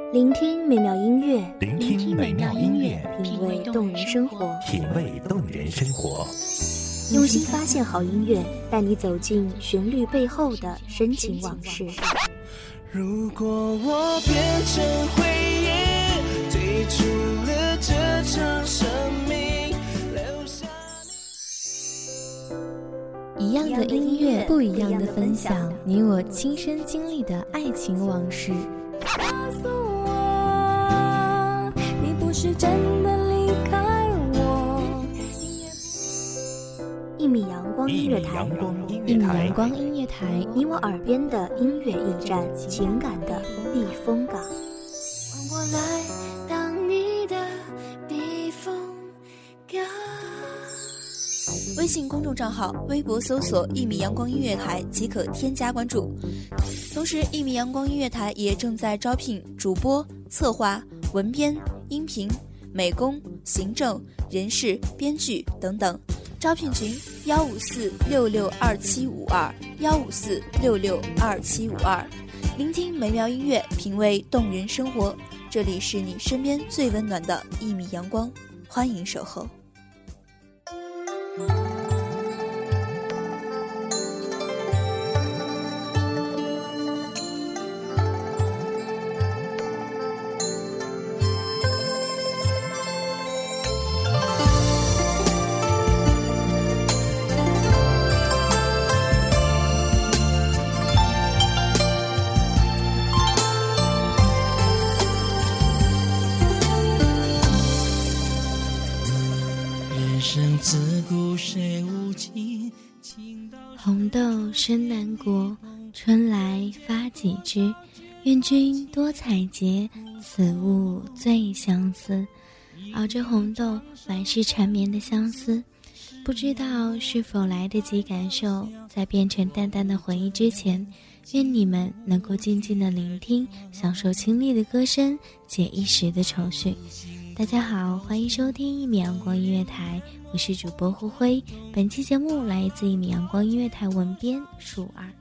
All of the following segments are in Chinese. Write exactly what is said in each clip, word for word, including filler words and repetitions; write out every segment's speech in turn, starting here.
聆听美妙音乐， 聆听美妙音乐， 品味动人生活， 品味动人生活。 用心发现好音乐，带你走进旋律背后的深情往事。 如果我变成回忆，退出了这场生命，留下一样的音乐，不一样的分享，你我亲身经历的爱情往事。 告诉我，你不是真的离开我。 一米阳光音乐台， 一米阳光音乐台， 你我耳边的音乐驿站，情感的避风港。 让我来当你的避风港。 微信公众账号、微博搜索“一米阳光音乐台”即可添加关注。同时，一米阳光音乐台也正在招聘主播、策划、文编、音频、美工、行政、人事、编剧等等。招聘群：幺五四六六二七五二幺五四六六二七五二。聆听美妙音乐，品味动人生活。这里是你身边最温暖的一米阳光，欢迎守候。 自古谁无情， 红豆生南国，春来发几枝。愿君多采撷，此物最相思。熬着红豆，满是缠绵的相思。不知道是否来得及感受，在变成淡淡的回忆之前，愿你们能够静静的聆听，享受清丽的歌声，解一时的愁绪。大家好，欢迎收听一米阳光音乐台，我是主播胡辉。本期节目来自一米阳光音乐台文编树二。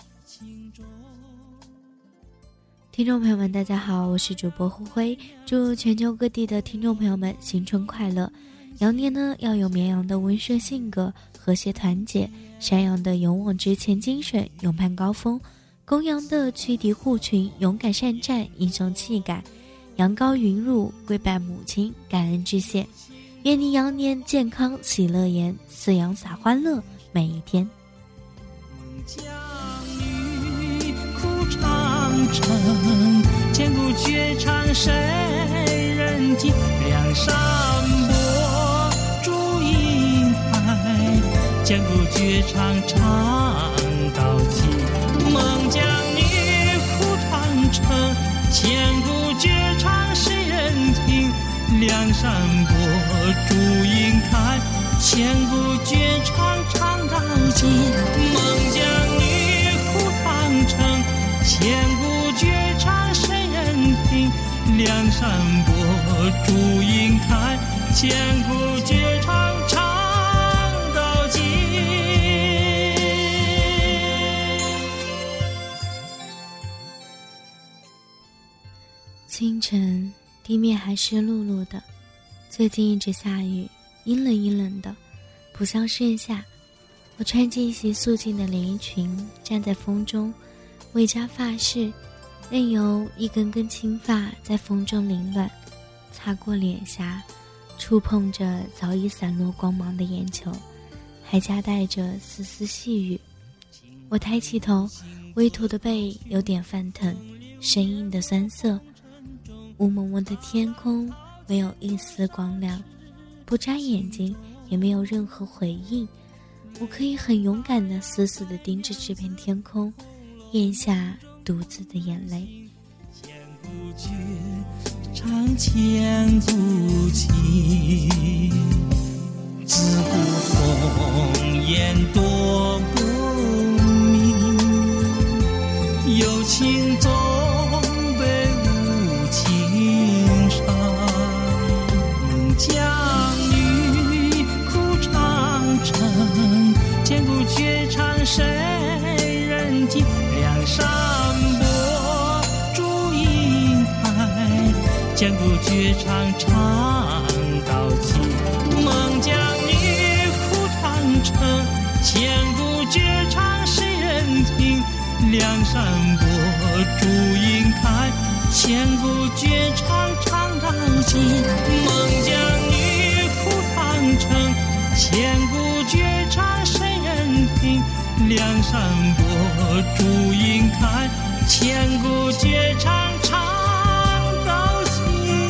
听众朋友们大家好，我是主播胡辉，祝全球各地的听众朋友们新春快乐。羊年呢，要有绵羊的温顺性格，和谐团结；山羊的勇往直前精神，勇攀高峰；公羊的驱敌护群，勇敢善战，英雄气概；羊羔云乳，跪拜母亲，感恩致谢。愿你羊年健康喜乐颜，饲养洒欢乐每一天。 将女哭长城，千古绝唱谁人听？梁山伯祝英台，千古绝唱唱到尽。孟姜女哭长城，千古绝唱谁人听？梁山伯祝英台，千古绝唱唱到尽。孟姜女哭长城，千古绝唱谁人听？梁山伯祝英台，千古绝唱唱到尽。 清晨地面还湿漉漉的，最近一直下雨，阴冷阴冷的，不像盛夏。我穿着一袭素净的连衣裙，站在风中，未扎发饰，任由一根根青发在风中凌乱，擦过脸颊，触碰着早已散落光芒的眼球，还夹带着丝丝细雨。我抬起头，微驼的背有点泛疼，生硬的酸涩。雾蒙蒙的天空没有一丝光亮，不眨眼睛也没有任何回应。我可以很勇敢地死死地盯着这片天空，咽下独自的眼泪。 千古绝唱千古情，自古红颜多不明，有情总被无情伤。孟姜女哭长城，千古绝唱谁人听？梁山伯祝英台， 千古绝唱唱到尽。孟姜女哭长城，千古绝唱谁人听？梁山伯祝英台，千古绝唱唱到尽。孟姜女哭长城，千古绝唱谁人听？梁山伯祝英台，千古绝唱唱到尽。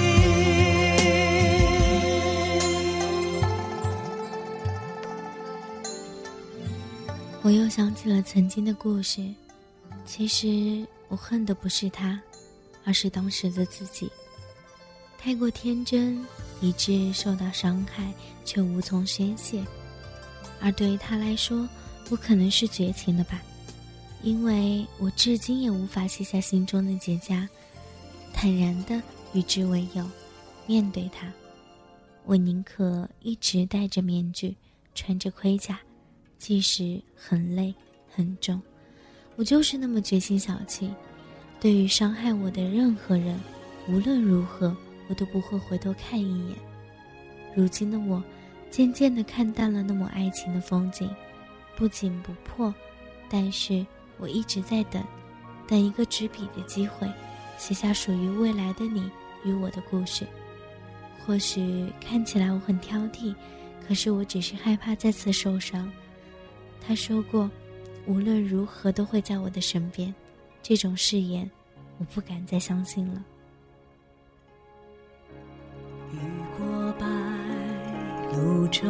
我又想起了曾经的故事，其实我恨的不是他，而是当时的自己，太过天真，以致受到伤害却无从宣泄。而对于他来说，我可能是绝情的吧，因为我至今也无法卸下心中的结痂，坦然地与之为友，面对他。我宁可一直戴着面具，穿着盔甲，即使很累很重，我就是那么决心小气，对于伤害我的任何人，无论如何我都不会回头看一眼。如今的我渐渐地看淡了那抹爱情的风景，不紧不迫，但是我一直在等，等一个执笔的机会，写下属于未来的你与我的故事。或许看起来我很挑剔，可是我只是害怕再次受伤。他说过，无论如何都会在我的身边，这种誓言我不敢再相信了。 雨过白鹭洲，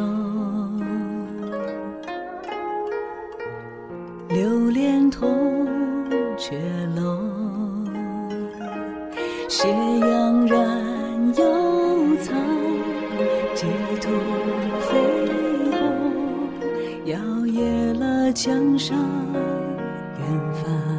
流连铜雀楼，斜阳染幽草，几度飞鸿，摇曳了江上远帆。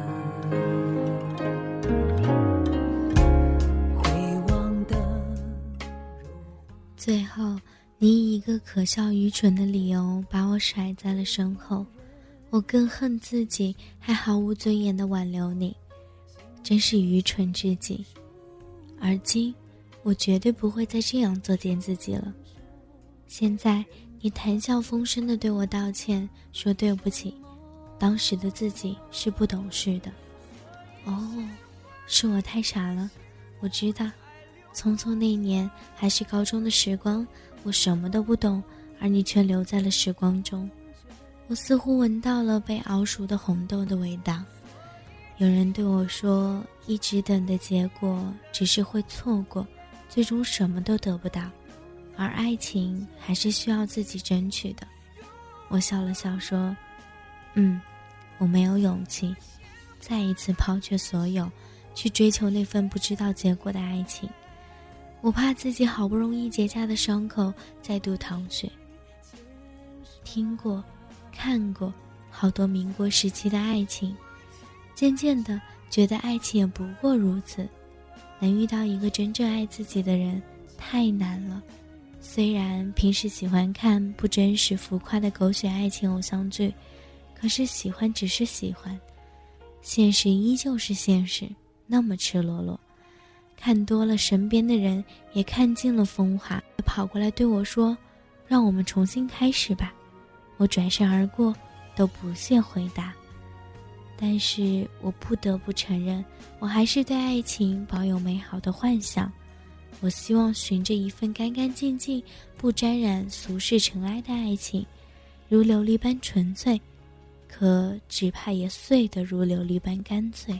最后，你以一个可笑愚蠢的理由把我甩在了身后，我更恨自己还毫无尊严地挽留你，真是愚蠢至极。而今，我绝对不会再这样作践自己了。现在，你谈笑风生地对我道歉，说对不起，当时的自己是不懂事的。哦，是我太傻了，我知道。匆匆那年还是高中的时光，我什么都不懂，而你却留在了时光中。我似乎闻到了被熬熟的红豆的味道。有人对我说，一直等的结果只是会错过，最终什么都得不到，而爱情还是需要自己争取的。我笑了笑说，嗯，我没有勇气再一次抛却所有，去追求那份不知道结果的爱情。我怕自己好不容易结痂的伤口再度淌血。听过看过好多民国时期的爱情，渐渐的觉得爱情也不过如此，能遇到一个真正爱自己的人太难了。虽然平时喜欢看不真实浮夸的狗血爱情偶像剧，可是喜欢只是喜欢，现实依旧是现实，那么赤裸裸。看多了，身边的人也看尽了风华，跑过来对我说，让我们重新开始吧。我转身而过，都不屑回答。但是我不得不承认，我还是对爱情保有美好的幻想。我希望寻着一份干干净净，不沾染俗世尘埃的爱情，如琉璃般纯粹，可只怕也碎得如琉璃般干脆。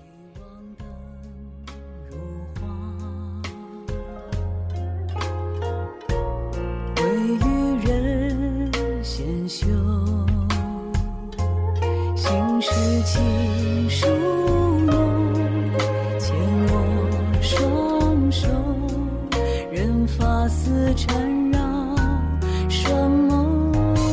修心事情书浓，牵我双手，任发丝缠绕双眸。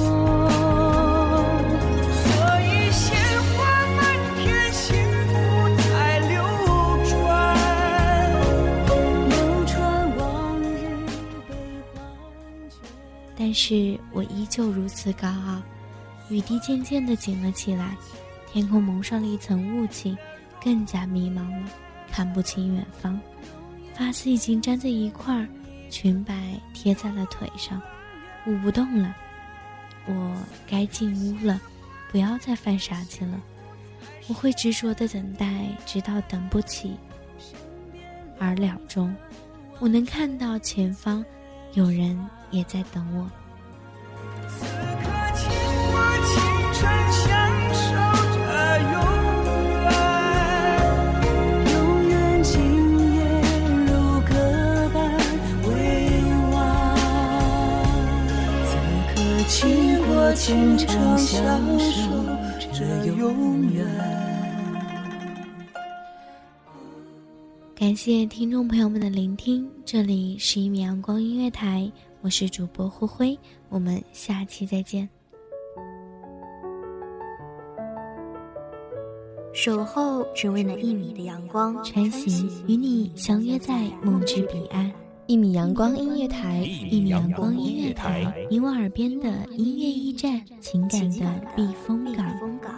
所以鲜花满天，幸福在流转，流转往日悲欢却。 但是我依旧如此高傲。雨滴渐渐地紧了起来，天空蒙上了一层雾气，更加迷茫了，看不清远方。 发丝已经粘在一块儿，裙摆贴在了腿上，舞不动了。我该进屋了，不要再犯傻气了。我会执着地等待，直到等不起。而了中，我能看到前方有人也在等我。 此刻情话倾城，相守着永远，永远今夜如歌般未完。此刻情话倾城，相守着永远。 感谢听众朋友们的聆听，这里是一米阳光音乐台，我是主播灰灰，我们下期再见。 守候只为那一米的阳光， 穿行与你相约在梦之彼岸。一米阳光音乐台，一米阳光音乐台，你我耳边的音乐驿站，情感的避风港。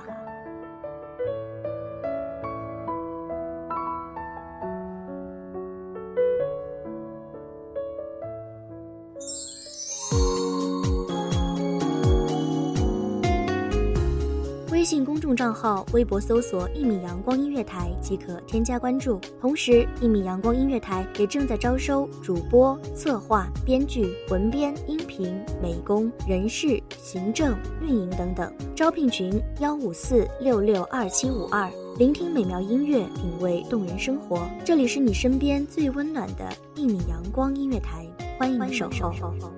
微信公众账号、微博搜索“一米阳光音乐台”即可添加关注。同时，一米阳光音乐台也正在招收主播、策划、编剧、文编、音频、美工、人事、行政、运营等等。招聘群：幺五四六六二七五二。聆听美妙音乐，品味动人生活。这里是你身边最温暖的一米阳光音乐台，欢迎守候。